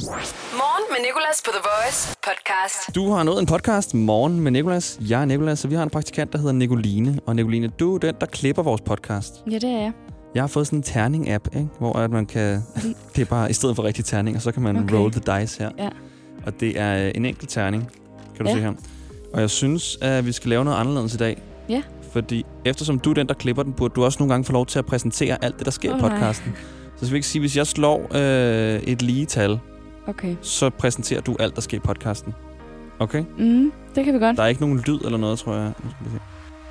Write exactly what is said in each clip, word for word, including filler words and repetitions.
Morgen med Nicolas på The Voice podcast. Du har nået en podcast, Morgen med Nicolas. Jeg er Nicolas, og vi har en praktikant, der hedder Nicoline. Og Nicoline, du er den, der klipper vores podcast. Ja, det er jeg. Jeg har fået sådan en terning-app, ikke? Hvor at man kan... Det er bare i stedet for rigtig terning, og så kan man okay. roll the dice her. Ja. Og det er en enkelt terning, kan du ja. se her. Og jeg synes, at vi skal lave noget anderledes i dag. Ja. Fordi eftersom du er den, der klipper den, burde du også nogle gange få lov til at præsentere alt det, der sker oh, i podcasten. Nej. Så skal vi ikke sige, hvis jeg slår øh, et lige tal, okay. så præsenterer du alt, der sker i podcasten. Okay? Mm, det kan vi godt. Der er ikke nogen lyd eller noget, tror jeg. Nu skal vi se.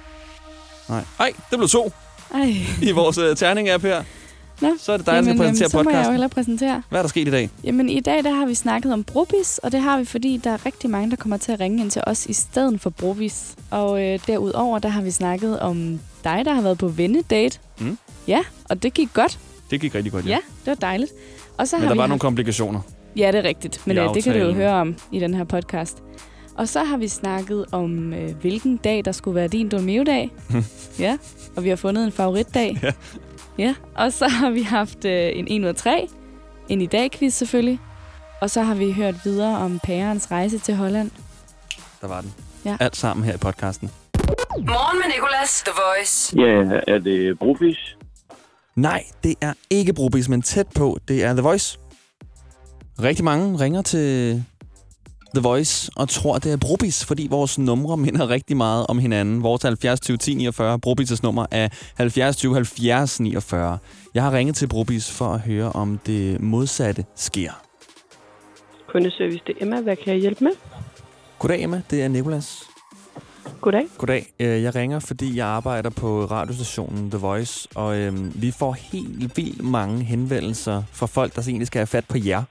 Nej. Ej, det blev to. Ej. I vores uh, terning-app her. Nå. Så er det dig, der skal præsentere så podcasten. Så må jeg jo hellere præsentere. Hvad er der sket i dag? Jamen, i dag der har vi snakket om Brobis, og det har vi, fordi der er rigtig mange, der kommer til at ringe ind til os i stedet for Brobis. Og øh, derudover, der har vi snakket om dig, der har været på vennedate. Mm. Ja, og det gik godt. Det gik rigtig godt, ja. Ja, det var dejligt. Og så Men har der vi var haft... nogle komplikationer. Ja, det er rigtigt. Men øh, det kan du jo aftalen. høre om i den her podcast. Og så har vi snakket om, øh, hvilken dag, der skulle være din Dolmeo-dag. Ja, og vi har fundet en favoritdag. Ja. Ja, og så har vi haft øh, en en ud af tre. En i dag-quiz selvfølgelig. Og så har vi hørt videre om pærens rejse til Holland. Der var den. Ja. Alt sammen her i podcasten. Morgen med Nicolas, The Voice. Ja, er det Brobis? Nej, det er ikke Brobis, men tæt på. Det er The Voice. Rigtig mange ringer til The Voice og tror, det er Brobis, fordi vores numre minder rigtig meget om hinanden. Vores halvfjerds tyve ti niogfyrre, Brobis' nummer er halvfjerds tyve halvfjerds niogfyrre. Jeg har ringet til Brobis for at høre, om det modsatte sker. Kundeservice, det er Emma. Hvad kan jeg hjælpe med? Goddag, Emma. Det er Nicolas. Goddag. Goddag. Jeg ringer, fordi jeg arbejder på radiostationen The Voice, og øhm, vi får helt vildt mange henvendelser fra folk, der egentlig skal have fat på jer.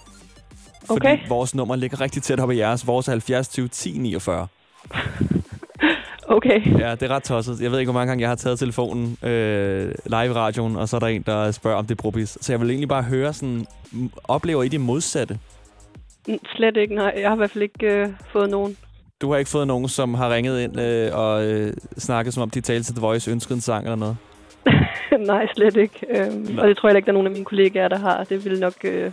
Fordi okay. vores nummer ligger rigtig tæt op ad jeres. Vores er halvfjerds tyve ti niogfyrre. Okay. Ja, det er ret tosset. Jeg ved ikke, hvor mange gange jeg har taget telefonen øh, live i radioen, og så er der en, der spørger, om det er Brobis. Så jeg vil egentlig bare høre, sådan, oplever I det modsatte? Slet ikke, nej. Jeg har i hvert fald ikke øh, fået nogen. Du har ikke fået nogen, som har ringet ind øh, og øh, snakket, som om de talte til The Voice, ønskede en sang eller noget? Nej, slet ikke. Øhm, og det tror jeg ikke, der er nogen af mine kollegaer, der har. Det vil nok øh,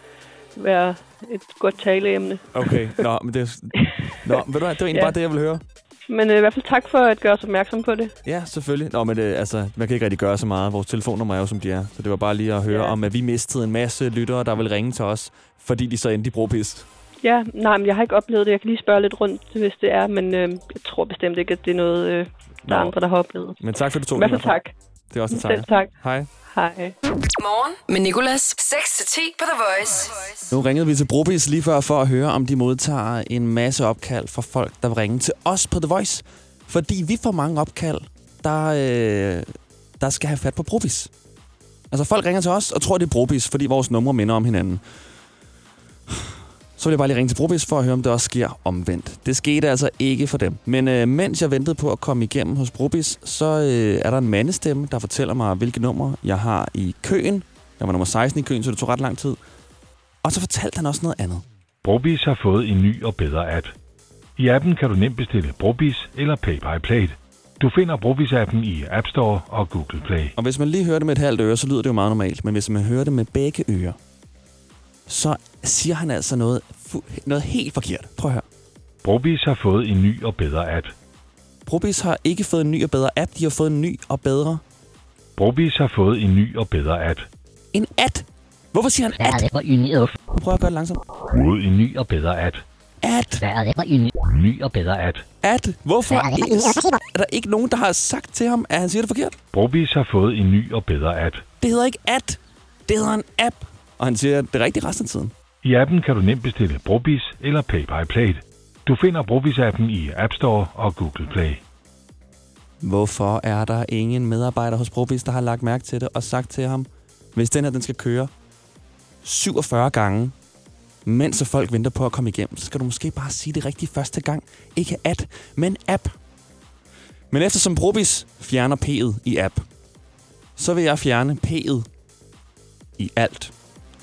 være et godt taleemne. Okay, nå, men det, nå, ved du hvad, det var egentlig ja. bare det, jeg ville høre. Men øh, i hvert fald tak for at gøre os opmærksom på det. Ja, selvfølgelig. Nå, men det, altså, man kan ikke rigtig gøre så meget. Vores telefonnummer er jo, som de er. Så det var bare lige at høre ja. om, at vi mistede en masse lyttere, der vil ringe til os, fordi de så endte i Brobis. Ja, nej, men jeg har ikke oplevet det. Jeg kan lige spørge lidt rundt, hvis det er, men øh, jeg tror bestemt ikke, at det er noget, øh, der er andre, der har oplevet. Men tak for, at du tog i hvert fald tak. Det er også en tak. Selv tak. Hej. Hej. Morgen med Nicolas. seks til ti på The Voice. Nu ringede vi til Brobis lige før for at høre, om de modtager en masse opkald fra folk, der vil ringe til os på The Voice. Fordi vi får mange opkald, der, øh, der skal have fat på Brobis. Altså folk ringer til os og tror, det er Brobis, fordi vores numre minder om hinanden. Så vil jeg bare lige ringe til Brobis for at høre, om det også sker omvendt. Det skete altså ikke for dem. Men øh, mens jeg ventede på at komme igennem hos Brobis, så øh, er der en mandestemme, der fortæller mig, hvilke nummer jeg har i køen. Jeg var nummer seksten i køen, så det tog ret lang tid. Og så fortalte han også noget andet. Brobis har fået en ny og bedre app. I appen kan du nemt bestille Brobis eller Pay by Plate. Du finder Brobis-appen i App Store og Google Play. Og hvis man lige hører det med et halvt øre, så lyder det jo meget normalt. Men hvis man hører det med begge ører, så siger han altså noget, noget helt forkert. Prøv at høre. Brobis har fået en ny og bedre app. Brobis har ikke fået en ny og bedre app. De har fået en ny og bedre... Brobis har fået en ny og bedre app. En at? Hvorfor siger han at? Nu prøver jeg at gøre det langsomt. Fået en ny og bedre app. At? En ny og bedre app. At? Hvorfor er der ikke nogen, der har sagt til ham, at han siger det forkert? Brobis har fået en ny og bedre app. Det hedder ikke at. Det hedder en app. Og han siger det rigtigt resten af tiden. I appen kan du nemt bestille Brobis eller Pay by Plate. Du finder Brobis-appen i App Store og Google Play. Hvorfor er der ingen medarbejder hos Brobis, der har lagt mærke til det og sagt til ham, hvis den her den skal køre syvogfyrre gange, mens så folk venter på at komme igennem, så skal du måske bare sige det rigtigt første gang. Ikke at, men app. Men eftersom Brobis fjerner P'et i app, så vil jeg fjerne P'et i alt.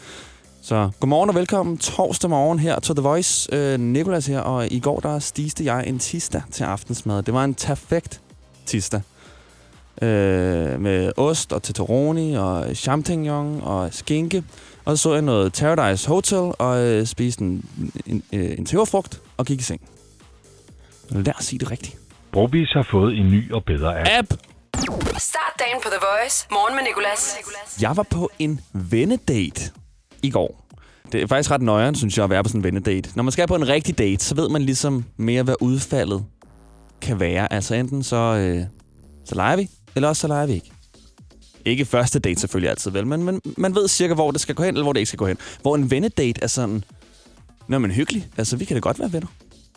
Så godmorgen og velkommen torsdag morgen her til The Voice. Øh, Nicolas her, og i går der stiste jeg en tirsdag til aftensmad. Det var en perfekt tirsdag. Øh, med ost og tetoroni og champignon og skinke. Og så så jeg noget Paradise Hotel, og øh, spiste en, en, en, en tæverfrugt, og gik i seng. Lad os sige det rigtigt. Brobis har fået en ny og bedre app. App! Start dagen på The Voice. Morgen med Nicolas. Jeg var på en vennedate i går. Det er faktisk ret nøjeren, synes jeg, at være på sådan en vennedate. Når man skal på en rigtig date, så ved man ligesom mere, hvad udfaldet kan være. Altså enten så, øh, så leger vi, eller også så leger vi ikke. Ikke første date selvfølgelig altid, vel, men, men man ved cirka, hvor det skal gå hen, eller hvor det ikke skal gå hen. Hvor en vennedate er sådan, nå, men hyggelig. Altså, vi kan da godt være venner.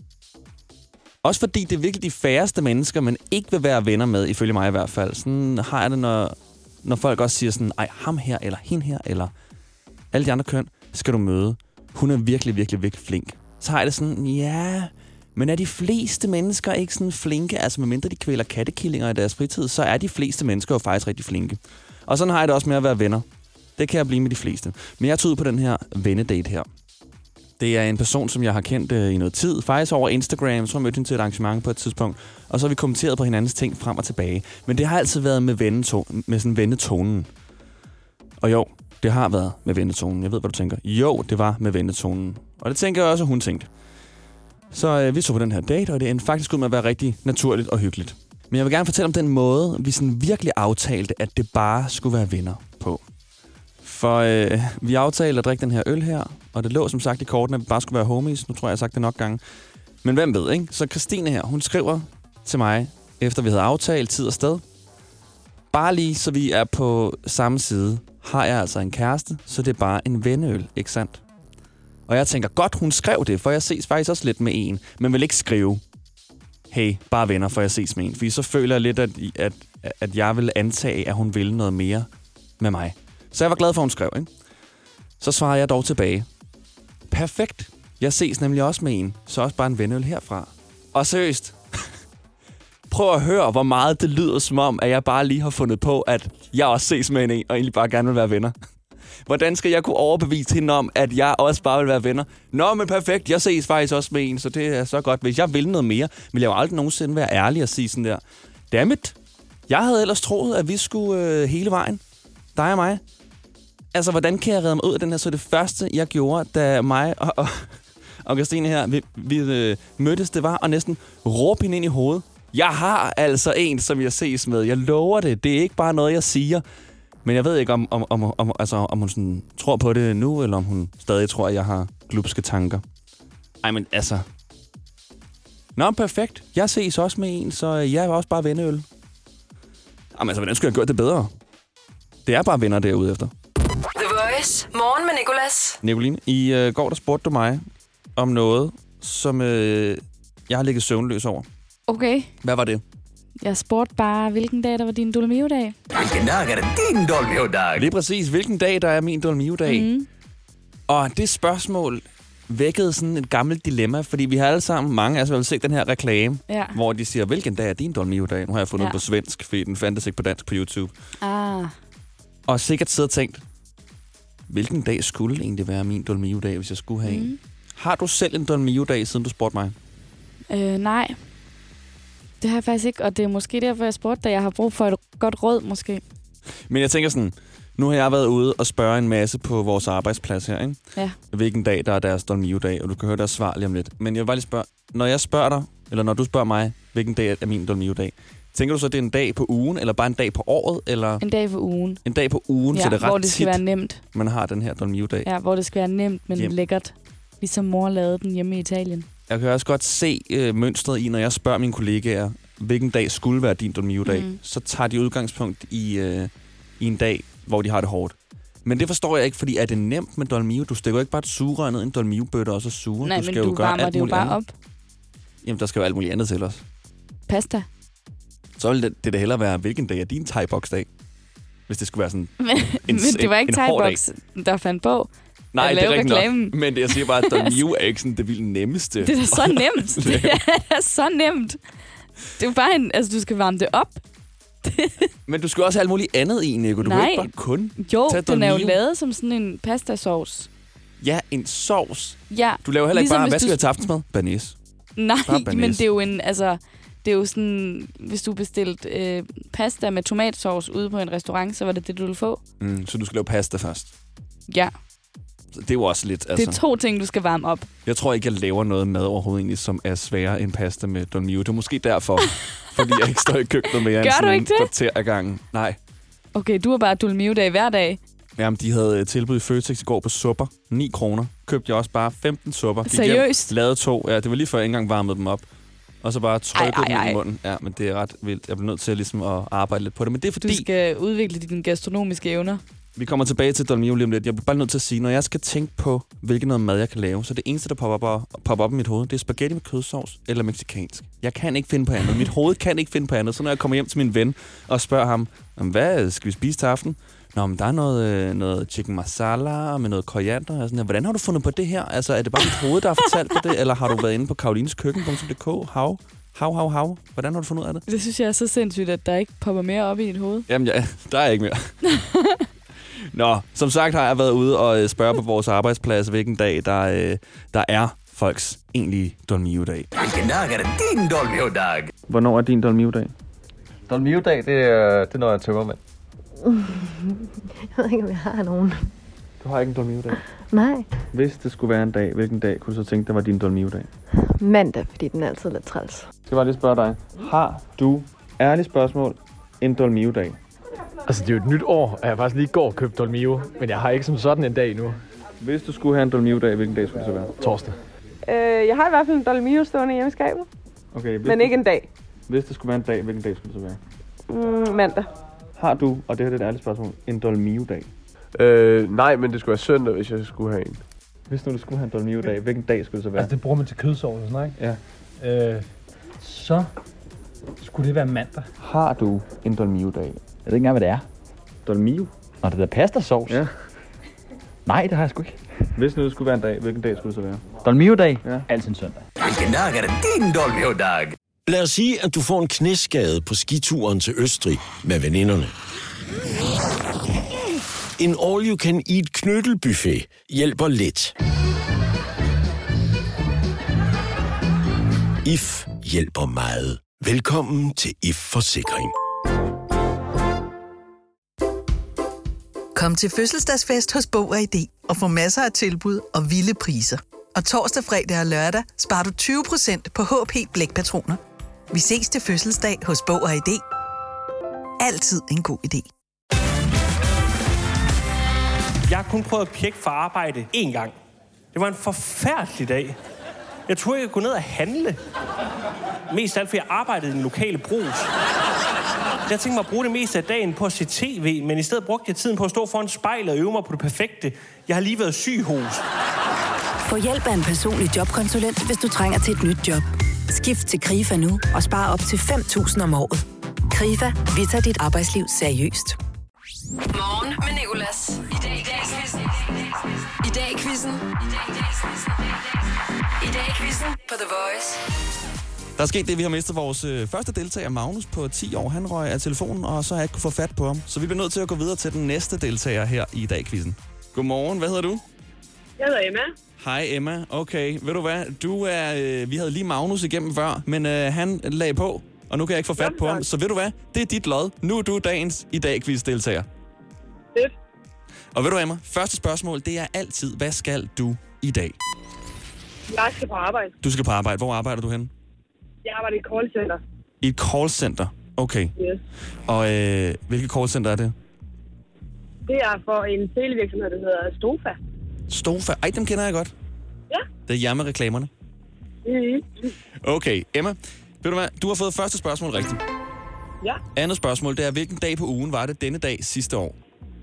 Også fordi det er virkelig de færreste mennesker, man ikke vil være venner med, ifølge mig i hvert fald. Sådan har jeg det, når, når folk også siger sådan, ej, ham her, eller hende her, eller alle de andre køn, skal du møde. Hun er virkelig, virkelig, virkelig flink. Så har jeg det sådan, ja, men er de fleste mennesker ikke sådan flinke? Altså, medmindre de kvæler kattekillinger i deres fritid, så er de fleste mennesker jo faktisk rigtig flinke. Og sådan har jeg det også med at være venner. Det kan jeg blive med de fleste. Men jeg tog ud på den her vennedate her. Det er en person, som jeg har kendt øh, i noget tid. Faktisk over Instagram, så har jeg mødt hende til et arrangement på et tidspunkt. Og så har vi kommenteret på hinandens ting frem og tilbage. Men det har altid været med, venneto- med sådan vennetonen. Og jo, det har været med vennetonen. Jeg ved, hvad du tænker. Jo, det var med vennetonen. Og det tænker jeg også, at hun tænkte. Så øh, vi tog på den her date, og det endte faktisk ud med at være rigtig naturligt og hyggeligt. Men jeg vil gerne fortælle om den måde, vi sådan virkelig aftalte, at det bare skulle være venner på. For øh, vi aftalte at drikke den her øl her, og det lå som sagt i kortene, at vi bare skulle være homies. Nu tror jeg, jeg har sagt det nok gange. Men hvem ved, ikke? Så Christine her, hun skriver til mig, efter vi havde aftalt tid og sted. Bare lige så vi er på samme side, har jeg altså en kæreste, så det er bare en venneøl, ikke sandt? Og jeg tænker, godt hun skrev det, for jeg ses faktisk også lidt med en, men vil ikke skrive, hey, bare venner, for jeg ses med en. Fordi så føler jeg lidt, at, at, at jeg vil antage, at hun vil noget mere med mig. Så jeg var glad for, at hun skrev, ikke? Så svarer jeg dog tilbage. Perfekt. Jeg ses nemlig også med en, så også bare en venneøl herfra. Og seriøst, prøv at høre, hvor meget det lyder som om, at jeg bare lige har fundet på, at jeg også ses med en, og egentlig bare gerne vil være venner. Hvordan skal jeg kunne overbevise hende om, at jeg også bare vil være venner? Nå, men perfekt, jeg ses faktisk også med en, så det er så godt. Hvis jeg vil noget mere, vil jeg jo aldrig nogensinde være ærlig og sige sådan der, dammit, jeg havde ellers troet, at vi skulle øh, hele vejen. Dig og mig. Altså, hvordan kan jeg redde mig ud af den her? Så det første, jeg gjorde, da mig og, og, og Christine her, vi, vi øh, mødtes, det var at næsten råbe hende ind i hovedet. Jeg har altså en, som jeg ses med. Jeg lover det. Det er ikke bare noget, jeg siger. Men jeg ved ikke, om, om, om, om, altså, om hun sådan tror på det nu, eller om hun stadig tror, at jeg har glupske tanker. Ej, men altså... Nå, perfekt. Jeg ses også med en, så jeg er også bare venneøl. Jamen altså, hvordan skulle jeg gøre det bedre? Det er bare venner derude efter. The Voice. Morgen med Nicolas. Nicoline, i øh, går der spurgte du mig om noget, som øh, jeg har ligget søvnløs over. Okay. Hvad var det? Jeg spurgte bare, hvilken dag der var din Dolmio-dag. Hvilken dag er det din Dolmio-dag? Lige præcis, hvilken dag der er min Dolmio-dag. Mm. Og det spørgsmål vækkede sådan et gammelt dilemma, fordi vi har alle sammen, mange af os har set den her reklame, ja. Hvor de siger, hvilken dag er din Dolmio-dag? Nu har jeg fundet ja. den på svensk, fordi den fandtes ikke på dansk på YouTube. Ah. Og sikkert siddet og tænkt, hvilken dag skulle egentlig være min Dolmio-dag, hvis jeg skulle have mm. en? Har du selv en Dolmio-dag, siden du spurgte mig? Øh, nej. Det har jeg faktisk ikke, og det er måske derfor, jeg spurgte dig. Jeg har brug for et godt råd, måske. Men jeg tænker sådan, nu har jeg været ude og spørge en masse på vores arbejdsplads her, ikke? Ja. Hvilken dag, der er deres Dolmio-dag, og du kan høre deres svar lige om lidt. Men jeg vil bare lige spørge, når jeg spørger dig, eller når du spørger mig, hvilken dag er min Dolmio-dag, tænker du så, at det er en dag på ugen, eller bare en dag på året? Eller en dag på ugen. En dag på ugen, ja, så det er ret hvor det skal tit, være nemt. Man har den her Dolmio-dag. Ja, hvor det skal være nemt, men Hjem. lækkert. Ligesom mor lavede den hjemme i Italien. Jeg kan også godt se øh, mønstret i, når jeg spørger mine kollegaer, hvilken dag skulle være din Dolmio-dag, mm. så tager de udgangspunkt i, øh, i en dag, hvor de har det hårdt. Men det forstår jeg ikke, fordi er det nemt med Dolmio? Du stikker jo ikke bare et sugerør ned i en Dolmio-bøtte og så suger. Nej, du skal men jo du gøre varmer det jo bare andet. op. Jamen, der skal jo alt muligt andet til os. Pasta. Så ville det, det da hellere være, hvilken dag er din thai-box-dag? Hvis det skulle være sådan men, en, men det var en, ikke en thai-box, der fandt på. Nej, det er rigtigt nok. Men det, jeg siger bare, at Dolmio er ikke sådan det vildt nemmeste. Det er da så nemt. Det er så nemt. Det er jo bare en... Altså, du skal varme det op. Men du skal også have alt muligt andet i, Nico. Du Nej. kan ikke bare kun Jo, tage den er jo Dolmio. lavet som sådan en pastasauce. Ja, en sovs. Ja. Du laver heller ikke ligesom bare, hvad skal du... jeg til aftensmad? Banæs. Nej, men det er jo en... Altså, det er jo sådan... Hvis du bestilte øh, pasta med tomatsauce ude på en restaurant, så var det det, du ville få. Mm, så du skal lave pasta først? Ja. Det er jo også lidt... Altså, det er to ting, du skal varme op. Jeg tror ikke, jeg laver noget mad overhovedet egentlig, som er sværere end pasta med dolmio. Det er måske derfor, fordi jeg ikke står i køkkenet mere Gør end sådan en det? kvarter ad gangen. Nej. Okay, du har bare dolmio-dag hver dag. Jamen, de havde tilbud i Føtex i går på supper. ni kroner. Købte jeg også bare femten supper. Gik Seriøst? Hjem, lavede to. Ja, det var lige før jeg ikke engang varmede dem op. Og så bare trykkede dem i munden. Ja, men det er ret vildt. Jeg bliver nødt til ligesom at arbejde lidt på det. Men det er fordi... Du skal udvikle dine gastronomiske evner. Vi kommer tilbage til dolmio lige om lidt. Jeg bliver bare nødt til at sige, når jeg skal tænke på, hvilken noget mad jeg kan lave, så det eneste, der popper op, popper op i mit hoved, det er spaghetti med kødsovs eller mexicansk. Jeg kan ikke finde på andet. Mit hoved kan ikke finde på andet. Så når jeg kommer hjem til min ven og spørger ham, hvad skal vi spise til aften? Nå, men der er noget, noget chicken masala med noget koriander. Og sådan her. Hvordan har du fundet på det her? Altså, er det bare mit hoved, der har fortalt dig det? Eller har du været inde på karolineskökken punktum d k? Hav? Hav, hav, hav. Hvordan har du fundet ud af det? Det synes jeg er så sindssygt, at der ikke popper mere op i dit hoved. Jamen, ja, der er ikke mere. Nå, som sagt har jeg været ude og spørge på vores arbejdsplads, hvilken dag der, øh, der er folks egentlige dolmio-dag. Hvilken dag er det din dolmio-dag? Hvornår er din dolmio-dag? Dolmio-dag, det er, det er når jeg tømmer, mand. Jeg ved ikke, om jeg har nogen. Du har ikke en dolmio-dag? Nej. Hvis det skulle være en dag, hvilken dag kunne du så tænke, der var din dolmio-dag? Mandag, fordi den er altid lidt træls. Skal jeg bare lige spørge dig. Har du, ærligt spørgsmål, en dolmio-dag? Altså, det er jo et nyt år, og jeg har faktisk lige i går købt dolmio, men jeg har ikke som sådan en dag endnu. Hvis du skulle have en dolmio-dag, hvilken dag skulle det så være? Torsdag. Øh, jeg har i hvert fald en dolmio stående hjemme i skabet, Okay, men ikke en dag. Hvis det skulle være en dag, hvilken dag skulle det så være? Mm, mandag. Har du, og det her er et ærligt spørgsmål, en dolmio-dag? Øh, nej, men det skulle være søndag, hvis jeg skulle have en. Hvis nu du skulle have en dolmio-dag, hvilken dag skulle det så være? Altså, det bruger man til kødsovs og sådan, ikke? Ja. Øh, så skulle det være mandag. Har du en dolmio-dag? Jeg ved ikke engang, hvad det er. Dolmio? Nå, det der pastasovs? Ja. Nej, det har jeg sgu ikke. Hvis nu det skulle være en dag, hvilken dag skulle det så være? Dolmio-dag? Ja. Altid en søndag. Hvilken dag er det din dolmio-dag? Lad os sige, at du får en knæskade på skituren til Østrig med veninderne. En all-you-can-eat knyttelbuffet hjælper lidt. I F hjælper meget. Velkommen til I F Forsikring. Kom til fødselsdagsfest hos Bog og I D og få masser af tilbud og vilde priser. Og torsdag, fredag og lørdag sparer du tyve procent på H P blækpatroner. Vi ses til fødselsdag hos Bog og I D. Altid en god idé. Jeg har kun prøvet at pjekke for arbejde én gang. Det var en forfærdelig dag. Jeg troede, jeg kunne gå ned og handle. Mest alt, fordi jeg arbejdede i den lokale brus. Jeg tænkte mig at bruge det meste af dagen på at se tv, men i stedet brugte jeg tiden på at stå foran spejlet og øve mig på det perfekte. Jeg har lige været syg hos. Få hjælp af en personlig jobkonsulent, hvis du trænger til et nyt job. Skift til KRIFA nu og spar op til fem tusind om året. KRIFA, vi tager dit arbejdsliv seriøst. Morgen med Nicolas. I dag i quizzen. I dag i quizzen. I dag i quizzen på The Voice. Der er sket det, vi har mistet vores øh, første deltager, Magnus, på ti år. Han røg af telefonen, og så har jeg ikke kunne få fat på ham. Så vi bliver nødt til at gå videre til den næste deltager her i dag i quizzen. Godmorgen, hvad hedder du? Jeg hedder Emma. Hej Emma. Okay, ved du hvad? Du er, øh, vi havde lige Magnus igennem før, men øh, han lagde på, og nu kan jeg ikke få fat Jamen, på ham. Så ved du hvad? Det er dit lod. Nu er du dagens i dag quiz-deltager. Fedt. Og ved du Emma, første spørgsmål, det er altid, hvad skal du i dag? Jeg skal på arbejde. Du skal på arbejde. Hvor arbejder du henne? Jeg arbejder i et callcenter. I et callcenter? Okay. Yes. Og øh, hvilket callcenter er det? Det er for en televirksomhed, der hedder Stofa. Stofa? Ej, dem kender jeg godt. Ja. Det er jer med reklamerne. Mm-hmm. Okay, Emma. Ved du hvad? Du har fået første spørgsmål rigtigt. Ja. Andet spørgsmål, det er, hvilken dag på ugen var det denne dag sidste år?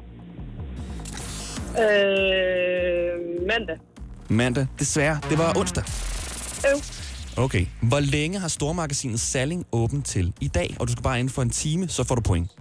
Øh, mandag. Mandag. Desværre, det var onsdag. Øv. Okay. Hvor længe har stormagasinet Salling åbent til i dag? Og du skal bare inden for en time, så får du point.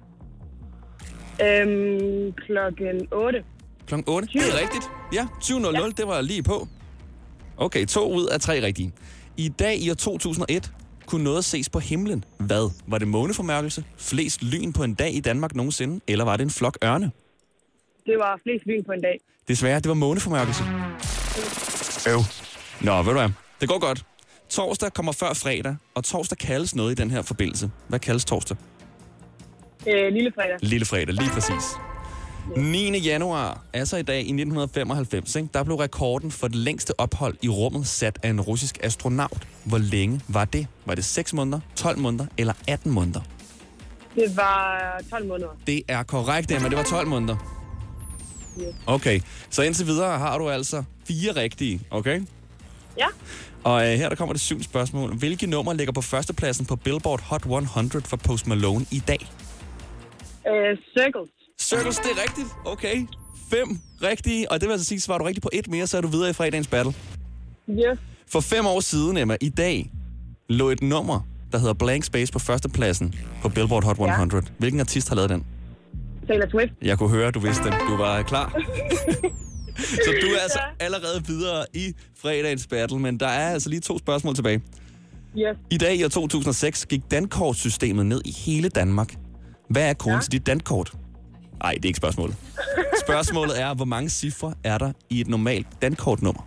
Øhm, klokken otte. Klokken otte? Det er rigtigt. Ja, tyve nul nul, ja. Det var lige på. Okay, to ud af tre rigtige. I dag i år to tusind og et kunne noget ses på himlen. Hvad? Var det måneformørkelse? Flest lyn på en dag i Danmark nogensinde? Eller var det en flok ørne? Det var flest lyn på en dag. Desværre, det var måneformørkelse. Øv. Nå, ved du hvad? Det går godt. Torsdag kommer før fredag, og torsdag kaldes noget i den her forbindelse. Hvad kaldes torsdag? Øh, lille fredag. Lille fredag, lige præcis. niende januar, altså i dag i nitten femoghalvfems, ikke? Der blev rekorden for det længste ophold i rummet sat af en russisk astronaut. Hvor længe var det? Var det seks måneder, tolv måneder eller atten måneder? Det var tolv måneder. Det er korrekt, Emma. Det var tolv måneder. Yes. Okay, så indtil videre har du altså fire rigtige, okay? Ja. Og øh, her der kommer det syvende spørgsmål. Hvilke nummer ligger på førstepladsen på Billboard Hot hundrede for Post Malone i dag? Uh, Circles. Circles, det er rigtigt. Okay. Fem rigtige, og det vil altså sige, svarer du rigtigt på et mere, så er du videre i fredagens battle. Yes. For fem år siden, Emma, i dag, lå et nummer, der hedder Blank Space på førstepladsen på Billboard Hot hundrede. Ja. Hvilken artist har lavet den? Taylor Swift. Jeg kunne høre, du vidste den. Du var klar. Så du er altså ja. allerede videre i fredagens battle, men der er altså lige to spørgsmål tilbage. Yes. I dag i år to tusind og seks gik dankortsystemet ned i hele Danmark. Hvad er koden ja. til dit dankort? Nej, det er ikke spørgsmålet. Spørgsmålet er, hvor mange cifre er der i et normalt dankortnummer?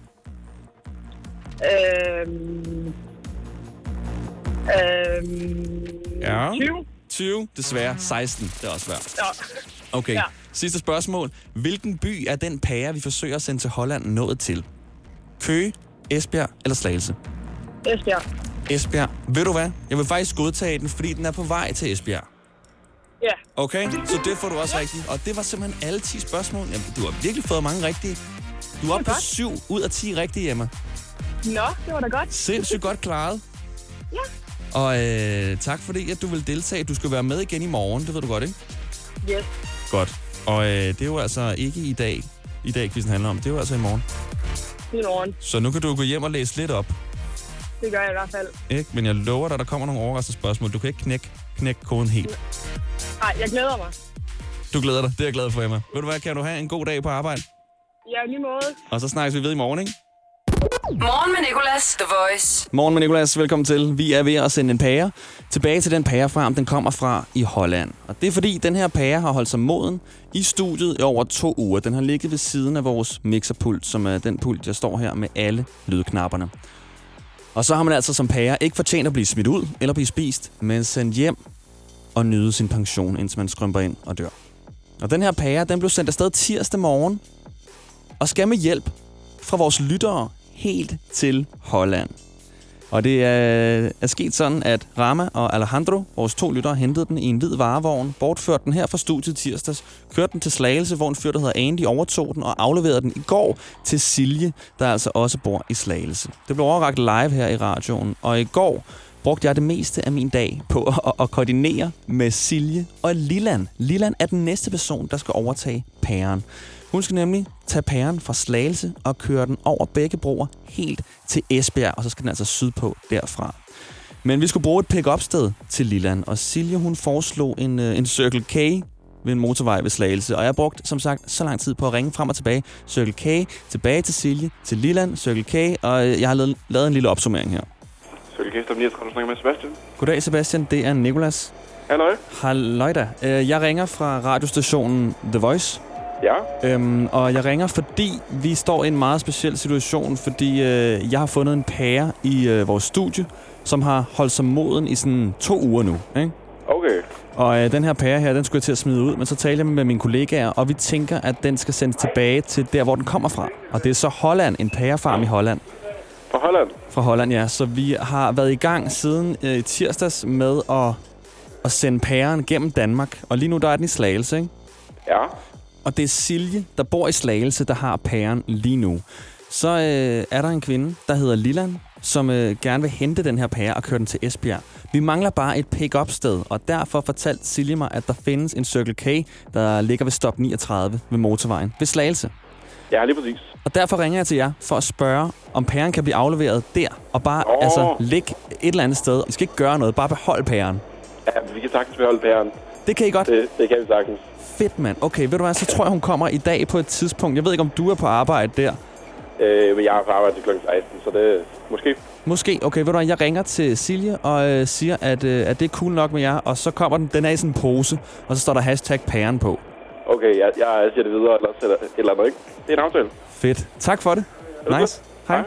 Øhm... Øhm... Ja. tyve. tyve, desværre. seksten, det er også svært. Ja. Okay, ja. Sidste spørgsmål. Hvilken by er den pære, vi forsøger at sende til Holland, nået til? Køge, Esbjerg eller Slagelse? Esbjerg. Esbjerg. Ved du hvad? Jeg vil faktisk godtage den, fordi den er på vej til Esbjerg. Ja. Okay, så det får du også ja. rigtigt. Og det var simpelthen alle ti spørgsmål. Jamen, du har virkelig fået mange rigtige. Du er oppe på syv ud af ti rigtige, Emma. Nå, det var da godt. Sindssygt godt klaret. Ja. Og øh, tak fordi, at du vil deltage. Du skal være med igen i morgen, det ved du godt, ikke? Yes. Godt. Og øh, det er jo altså ikke i dag, i dag quizzen handler om. Det er jo altså i morgen. I morgen. Så nu kan du gå hjem og læse lidt op. Det gør jeg i hvert fald. Ikke? Men jeg lover dig, der kommer nogle overraskende spørgsmål. Du kan ikke knække, knække koden helt. Nej, jeg glæder mig. Du glæder dig. Det er jeg glad for, Emma. Ved du hvad, kan du have en god dag på arbejde? Ja, lige måde. Og så snakkes vi ved i morgen, ikke? Morgen med Nicolas, The Voice. Morgen med Nicolas, velkommen til. Vi er ved at sende en pære tilbage til den pærefarm, den kommer fra i Holland. Og det er fordi, den her pære har holdt sig moden i studiet i over to uger. Den har ligget ved siden af vores mixerpult, som er den pult, jeg står her med alle lydknapperne. Og så har man altså som pære ikke fortjent at blive smidt ud eller blive spist, men sendt hjem og nyde sin pension, indtil man skrømper ind og dør. Og den her pære, den blev sendt afsted tirsdag morgen og skal med hjælp fra vores lyttere helt til Holland. Og det er, er sket sådan, at Rama og Alejandro, vores to lyttere, hentede den i en hvid varevogn, bortførte den her fra studiet tirsdags, kørte den til Slagelse, hvor en fyr, der hedder Andy, overtog den og afleverede den i går til Silje, der altså også bor i Slagelse. Det blev overrakt live her i radioen, og i går brugte jeg det meste af min dag på at, at koordinere med Silje og Lilland. Lilland er den næste person, der skal overtage pæren. Hun skal nemlig tage pæren fra Slagelse og køre den over begge broer helt til Esbjerg, og så skal den altså sydpå derfra. Men vi skulle bruge et pick-up-sted til Lilland, og Silje hun foreslog en, en Circle K ved en motorvej ved Slagelse. Og jeg har brugt, som sagt, så lang tid på at ringe frem og tilbage. Circle K, tilbage til Silje, til Lilland, Circle K, og jeg har lavet, lavet en lille opsummering her. Circle K, stop niogtredive, du snakker med Sebastian. Goddag Sebastian, det er Nicolas. Halløj. Halløj da. Jeg ringer fra radiostationen The Voice. Ja. Øhm, og jeg ringer, fordi vi står i en meget speciel situation, fordi øh, jeg har fundet en pære i øh, vores studie, som har holdt sig moden i sådan to uger nu, ikke? Okay. Og øh, den her pære her, den skulle jeg til at smide ud, men så talte jeg med mine kollegaer, og vi tænker, at den skal sendes tilbage til der, hvor den kommer fra. Og det er så Holland, en pærefarm i Holland. Fra Holland? Fra Holland, ja. Så vi har været i gang siden øh, tirsdags med at, at sende pæren gennem Danmark. Og lige nu der er den i Slagelse, ikke? Ja. Og det er Silje, der bor i Slagelse, der har pæren lige nu. Så øh, er der en kvinde, der hedder Lilland, som øh, gerne vil hente den her pære og køre den til Esbjerg. Vi mangler bare et pick-up-sted, og derfor fortalte Silje mig, at der findes en Circle K, der ligger ved stop niogtredive ved motorvejen ved Slagelse. Ja, lige præcis. Og derfor ringer jeg til jer for at spørge, om pæren kan blive afleveret der, og bare oh. altså, ligge et eller andet sted. Vi skal ikke gøre noget, bare beholde pæren. Ja, vi kan sagtens beholde pæren. Det kan I godt? Det, det kan vi sagtens. Fedt, mand. Okay, ved du hvad, så tror jeg, hun kommer i dag på et tidspunkt. Jeg ved ikke, om du er på arbejde der. Øh, men jeg er på arbejde til klokken seksten, så det måske. Måske. Okay, ved du hvad, jeg ringer til Silje og øh, siger, at, øh, at det er cool nok med jer. Og så kommer den, den er i sådan en pose, og så står der hashtag pæren på. Okay, jeg, jeg siger det videre, eller sætter et eller andet, ikke? Det er en aftale. Fedt. Tak for det. Okay. Nice. Hej.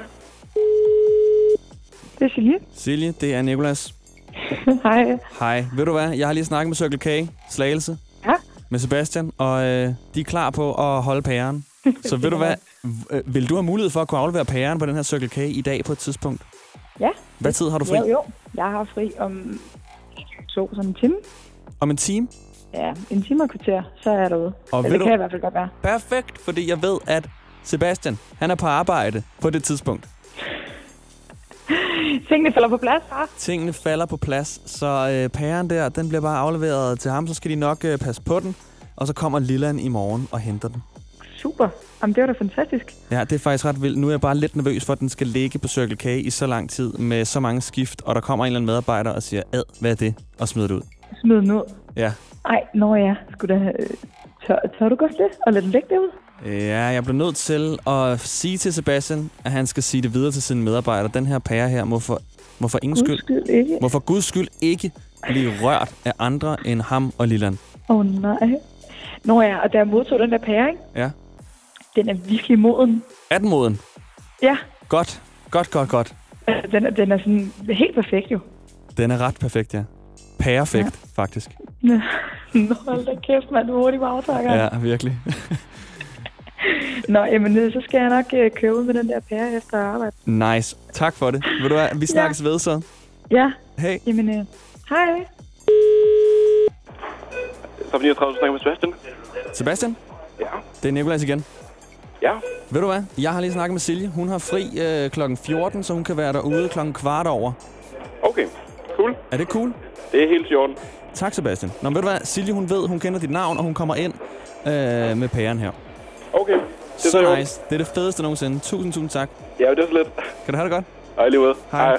Det er Silje. Silje, det er Nicolas. Hej. Hej. Ved du hvad, jeg har lige snakket med Circle K, Slagelse. Ja. med Sebastian, og øh, de er klar på at holde pæren. Så ved du hvad, øh, vil du have mulighed for at kunne aflevere pæren på den her Circle K i dag på et tidspunkt? Ja. Hvad tid har du fri? Jo, jo. Jeg har fri om to, sådan en time. Om en time? Ja, en time og kvarter, så er jeg derude. Og det du... kan jeg i hvert fald godt være. Perfekt, fordi jeg ved, at Sebastian, han er på arbejde på det tidspunkt. Tingene falder på plads, hva'? Tingene falder på plads, så øh, pæren der, den bliver bare afleveret til ham, så skal de nok øh, passe på den, og så kommer Lilland i morgen og henter den. Super. Jamen, det var da fantastisk. Ja, det er faktisk ret vildt. Nu er jeg bare lidt nervøs for, at den skal ligge på Circle K i så lang tid, med så mange skift, og der kommer en eller anden medarbejder og siger, ad, hvad er det? Og smider det ud. Smider den ud? Ja. Ej, når jeg skulle da... Tør, tør du godt det? Og lade den ligge derude? Ja, jeg bliver nødt til at sige til Sebastian, at han skal sige det videre til sine medarbejdere. Den her pære her må for, må for ingen Guds skyld, skyld ikke. må for Guds skyld ikke blive rørt af andre end ham og Lilland. Åh oh, nej. Når jeg, og da jeg modtog den der pære, ikke? Ja. Den er virkelig moden. Er den moden? Ja. Godt, godt, godt, godt. Den er, den er sådan helt perfekt jo. Den er ret perfekt, ja. Perfekt, ja. Faktisk. Nå, hold da kæft, mand. Du er hurtigt bagtakker. Ja, virkelig. Nå, jamen, så skal jeg nok øh, køre ud med den der pære efter arbejde. Nice. Tak for det. Ved du hvad, vi snakkes ja. ved så. Ja. Hey. Jamen, øh, hej. Så niogtredive, snakker med Sebastian. Sebastian? Ja. Det er Nicolas igen. Ja. Ved du hvad, jeg har lige snakket med Silje. Hun har fri øh, klokken fjorten, så hun kan være derude klokken kvart over. Okay, cool. Er det cool? Det er helt i orden. Tak, Sebastian. Nå, ved du hvad, Silje, hun ved, hun kender dit navn, og hun kommer ind øh, med pæren her. Okay. Det så så nice. Det er det fedeste nogensinde. Tusind, tusind tak. Ja, det er så lidt. Kan du have det godt? Hej, lige ud. Hej.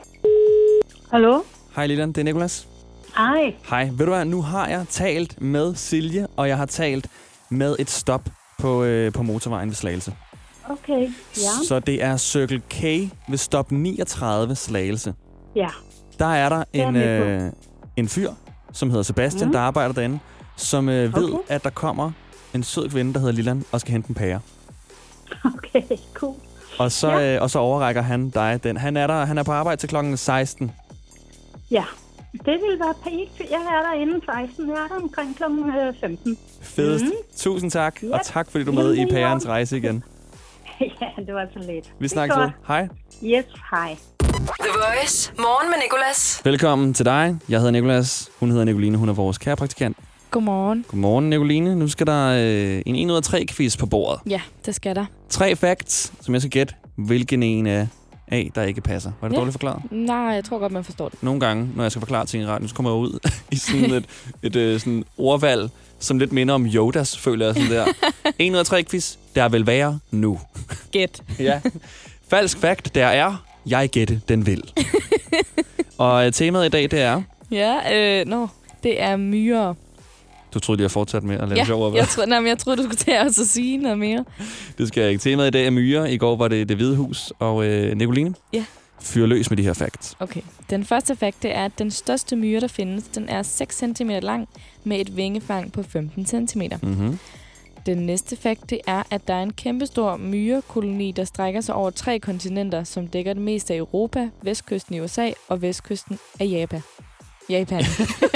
Hallo? Hej, Lilland. Det er Nicolas. Hej. Hej. Ved du hvad, nu har jeg talt med Silje, og jeg har talt med et stop på, øh, på motorvejen ved Slagelse. Okay, ja. Så det er Circle K ved stop niogtredive Slagelse. Ja. Der er der en, øh, en fyr, som hedder Sebastian, mm. der arbejder derinde, som øh, ved, okay. at der kommer en sød kvinde, der hedder Lilland, og skal hente en pære. Okay, cool. Og så, ja. øh, og så overrækker han dig den. Han er, der, han er på arbejde til klokken seksten. Ja, det vil være perfekt. Jeg er der inden seksten. Jeg er der omkring klokken femten. Fedest. Mm. Tusind tak, yep. Og tak fordi du er med i pærens rejse igen. Ja, det var så lidt. Vi snakkes ved. Hej. Yes, hej. The Voice. Morgen med Nicolas. Velkommen til dig. Jeg hedder Nicolas. Hun hedder Nicoline. Hun er vores kærepraktikant. Godmorgen. Godmorgen, Nicoline. Nu skal der øh, en en ud af tre quiz på bordet. Ja, det skal der. Tre facts, som jeg skal gætte, hvilken en af, af der ikke passer. Var det ja. dårligt forklaret? Nej, jeg tror godt, man forstår det. Nogle gange, når jeg skal forklare ting i radioen, så kommer jeg ud i sådan et, et, et sådan ordvalg, som lidt minder om Yodas, føler jeg sådan der. En ud af tre quiz, der vil være nu. Gæt. Ja. Falsk fact, der er, jeg gætte, den vil. Og øh, temaet i dag, det er... Ja, øh, no, det er myrer. Du troede, jeg fortsat med at lave ja, sjov over, jeg, tro, nej, men jeg troede, du skulle til at sige noget mere. Det skal jeg ikke. Temaet i dag er myrer. I går var det Det Hvide Hus. Og øh, Nicoline, ja. fyr løs med de her facts. Okay. Den første fact, det er, at den største myre, der findes, den er seks centimeter lang med et vingefang på femten centimeter. Mm-hmm. Den næste fact, det er, at der er en kæmpestor myrekoloni, der strækker sig over tre kontinenter, som dækker det meste af Europa, vestkysten i U S A og vestkysten af Japan. Japan.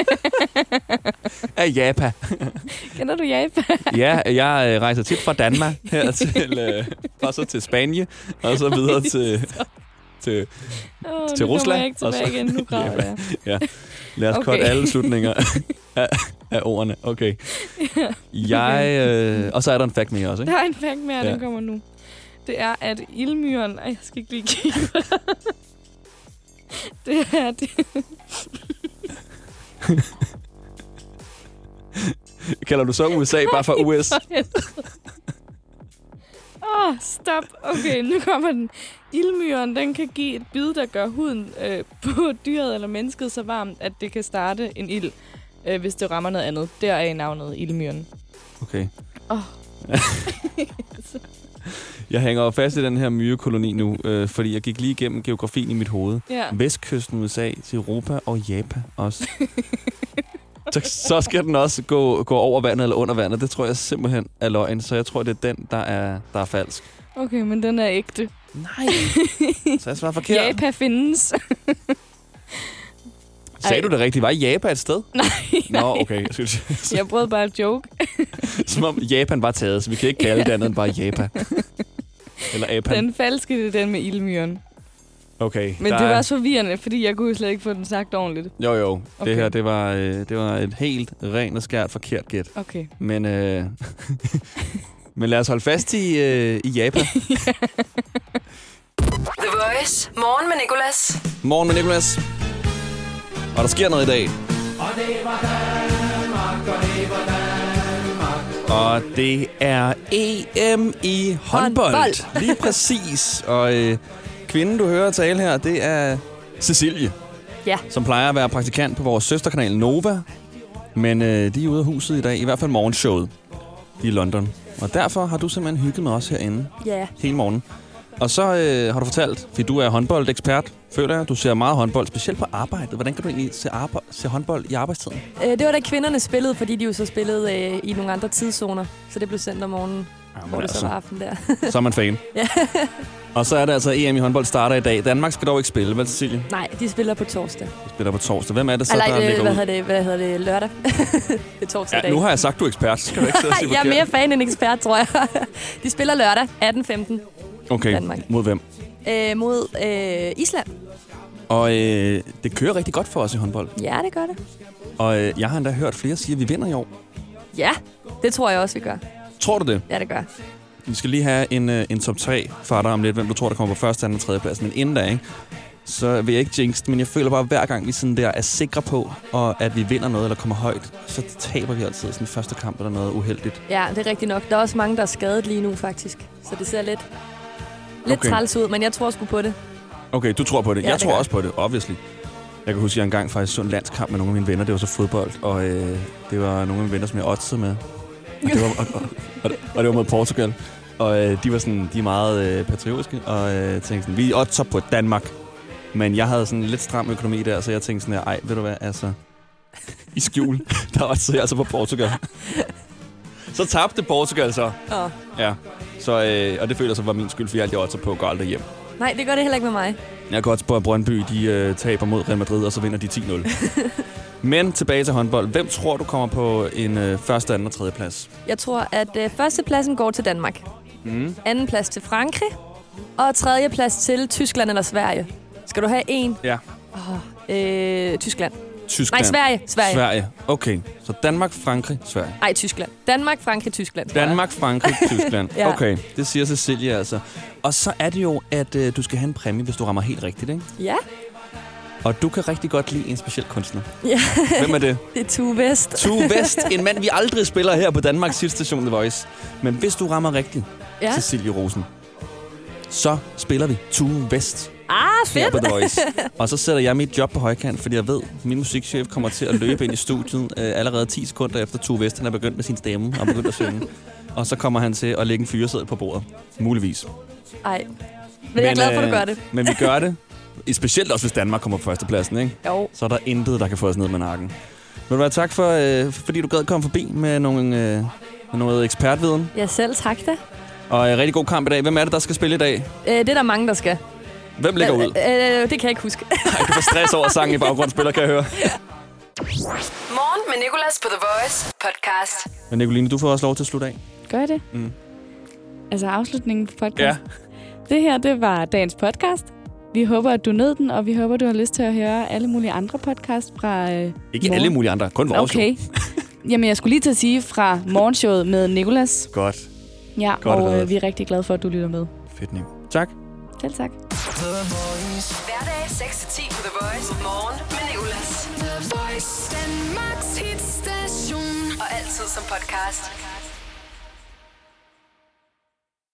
Af Japan. Kender du Japan? Ja, jeg øh, rejser tit fra Danmark her til, øh, og så til Spanien, og så videre til, til, oh, til Rusland. Jeg ikke tilbage og så, igen, nu graver jeg. Ja, lad os okay. korte alle slutninger af, af ordene. Okay. Jeg, øh, og så er der en fact mere også, ikke? Der er en fact mere, ja. Den kommer nu. Det er, at ildmyren... Ej, jeg skal ikke lige kigge. Det er det... Kalder du så U S A bare for U S? Åh, oh, stop. Okay, nu kommer den. Ildmyren, den kan give et bid, der gør huden øh, på dyret eller mennesket så varmt, at det kan starte en ild, øh, hvis det rammer noget andet. Der er navnet ildmyren. Okay. Åh. Oh. Jeg hænger fast i den her myrekoloni nu, øh, fordi jeg gik lige igennem geografien i mit hoved. Ja. Vestkysten, U S A, til Europa og Japan også. så, så skal den også gå, gå over vandet eller under vandet. Det tror jeg simpelthen er løgn, så jeg tror, det er den, der er, der er falsk. Okay, men den er ægte. Nej. Så jeg svarer forkert. Japan findes. Sagde du det rigtigt? Var i Japan et sted? Nej, nej. Nå, okay. Jeg, skulle... jeg prøvede bare at joke. Som om Japan var taget, så vi kan ikke kalde det andet end bare Japan. Eller Japan. Den falske, det er den med ildmyren. Okay. Men det var også forvirrende, fordi jeg kunne slet ikke få den sagt ordentligt. Jo, jo. Okay. Det her, det var, øh, det var et helt rent og skært forkert gæt. Okay. Men, øh, men lad os holde fast i, øh, i Japan. The Voice. Morgen med Nicolas. Morgen med Nicolas. Og der sker noget i dag. Og det var Danmark, og det var Danmark. Og det er E M i håndbold. Håndbold. Lige præcis. Og øh, kvinden, du hører tale her, det er Cecilie. Ja. Som plejer at være praktikant på vores søsterkanal Nova. Men øh, de er ude af huset i dag, i hvert fald morgenshowet. De er i London. Og derfor har du simpelthen hygget med os herinde. Ja. Hele morgen. Og så øh, har du fortalt, fordi du er håndboldekspert, føler jeg. Du ser meget håndbold, specielt på arbejdet. Hvordan kan du egentlig se, arbe- se håndbold i arbejdstiden? Øh, det var da kvinderne spillede, fordi de jo så spillede øh, i nogle andre tidszoner. Så det blev sendt om morgenen, ja, hvor det altså, så var aften der. Så er man fan. Ja. Og så er det altså E M i håndbold starter i dag. Danmark skal dog ikke spille, vel Cecilie? Nej, de spiller på torsdag. De spiller på torsdag. Hvem er det så, Alej, der øh, ligger hvad ud? hedder det, hvad hedder det, lørdag? Det er torsdag i Ja, dag. nu har jeg sagt, du er ekspert. Så skal du ikke sidde og sige Jeg er forkert. mere fan end ekspert, tror jeg. De spiller lørdag atten femten. Okay, Danmark. mod hvem? Øh, mod øh, Island. Og øh, det kører rigtig godt for os i håndbold. Ja, det gør det. Og øh, jeg har endda hørt flere sige, at vi vinder i år. Ja, det tror jeg også, vi gør. Tror du det? Ja, det gør. Vi skal lige have en, øh, en top tre for dig om lidt, hvem du tror, der kommer på første, anden og tredje plads. Men inden da, ikke, så vil jeg ikke jinx det, men jeg føler bare, at hver gang vi sådan der er sikre på, og at vi vinder noget eller kommer højt, så taber vi altid sådan første kamp eller noget uheldigt. Ja, det er rigtigt nok. Der er også mange, der er skadet lige nu, faktisk. Så det ser lidt, lidt Okay. træls ud, men jeg tror sgu på det. Okay, du tror på det. Ja, Jeg det tror gør også på det, obviously. Jeg kan huske, at jeg engang faktisk så en landskamp med nogle af mine venner. Det var så fodbold, og øh, det var nogle af mine venner, som jeg oddsede med. Og det var, og, og, og, og det var mod Portugal. Og øh, de var sådan, de er meget øh, patriotiske, og øh, tænkte sådan, vi oddser på Danmark. Men jeg havde sådan lidt stram økonomi der, så jeg tænkte sådan her, ej, ved du hvad, altså, i skjul, der oddsede jeg altså på Portugal. Så tabte Portugal så. Åh. Ja, så, øh, og det føler så var min skyld, fordi alt jeg oddsede på går aldrig hjem. Nej, det gør det heller ikke med mig. Jeg kan godt spørge, at Brøndby de, øh, taber mod Real Madrid, og så vinder de ti nul. Men tilbage til håndbold. Hvem tror du kommer på en øh, første, anden og tredje plads? Jeg tror, at øh, førstepladsen går til Danmark. Mm. Anden plads til Frankrig. Og tredje plads til Tyskland eller Sverige. Skal du have en? Ja. Oh, øh, Tyskland. Tyskland. Nej, Sverige. Sverige. Sverige. Okay, så Danmark, Frankrig, Sverige. Nej, Tyskland. Danmark, Frankrig, Tyskland. tror jeg. Danmark, Frankrig, Tyskland. Ja. Okay, det siger Cecilie altså. Og så er det jo, at øh, du skal have en præmie, hvis du rammer helt rigtigt, ikke? Ja. Og du kan rigtig godt lide en speciel kunstner. Ja. Hvem er det? Det er Tue West. Tue West, en mand, vi aldrig spiller her på Danmarks hitstation The Voice. Men hvis du rammer rigtigt, Ja. Cecilie Rosen, så spiller vi Tue West. Ah, her fedt. på The Voice. Og så sætter jeg mit job på højkant, fordi jeg ved, at min musikchef kommer til at løbe ind i studiet øh, allerede ti sekunder efter Tue West, han er begyndt med sin stemme og begyndt at synge. Og så kommer han til at lægge en fyreseddel på bordet. Muligvis. Ej. Men, men jeg er glad for, at du gør det. Men vi gør det. Specielt også, hvis Danmark kommer på førstepladsen, ikke? Jo. Så er der intet, der kan få os ned med nakken. Vil du være tak for, øh, fordi du gad komme forbi med, nogle, øh, med noget ekspertviden. Ja, selv tak da. Og øh, rigtig god kamp i dag. Hvem er det, der skal spille i dag? Øh, det er der mange, der skal. Hvem ligger ud? Øh, det kan jeg ikke huske. Ej, du får stress over sangen i baggrundsspiller, kan jeg høre. Morgen med Nicolas på The Voice podcast. Men Nicoline, du får også lov til at slutte af. Gør jeg det? Mm. Altså afslutningen på podcast? Ja. Det her, det var dagens podcast. Vi håber, at du nød den, og vi håber, du har lyst til at høre alle mulige andre podcasts fra øh, Ikke morgen. alle mulige andre, kun vores Okay. Jamen, jeg skulle lige til at sige fra morgenshowet med Nicolas. Godt. Ja, Godt og reddet. øh, vi er rigtig glade for, at du lytter med. Fedt, Nico. Tak. Selv tak. Hverdag seks til ti på The Voice. Morgen med Nicolas. The Voice. Danmarks hitstation. Og altid som podcast.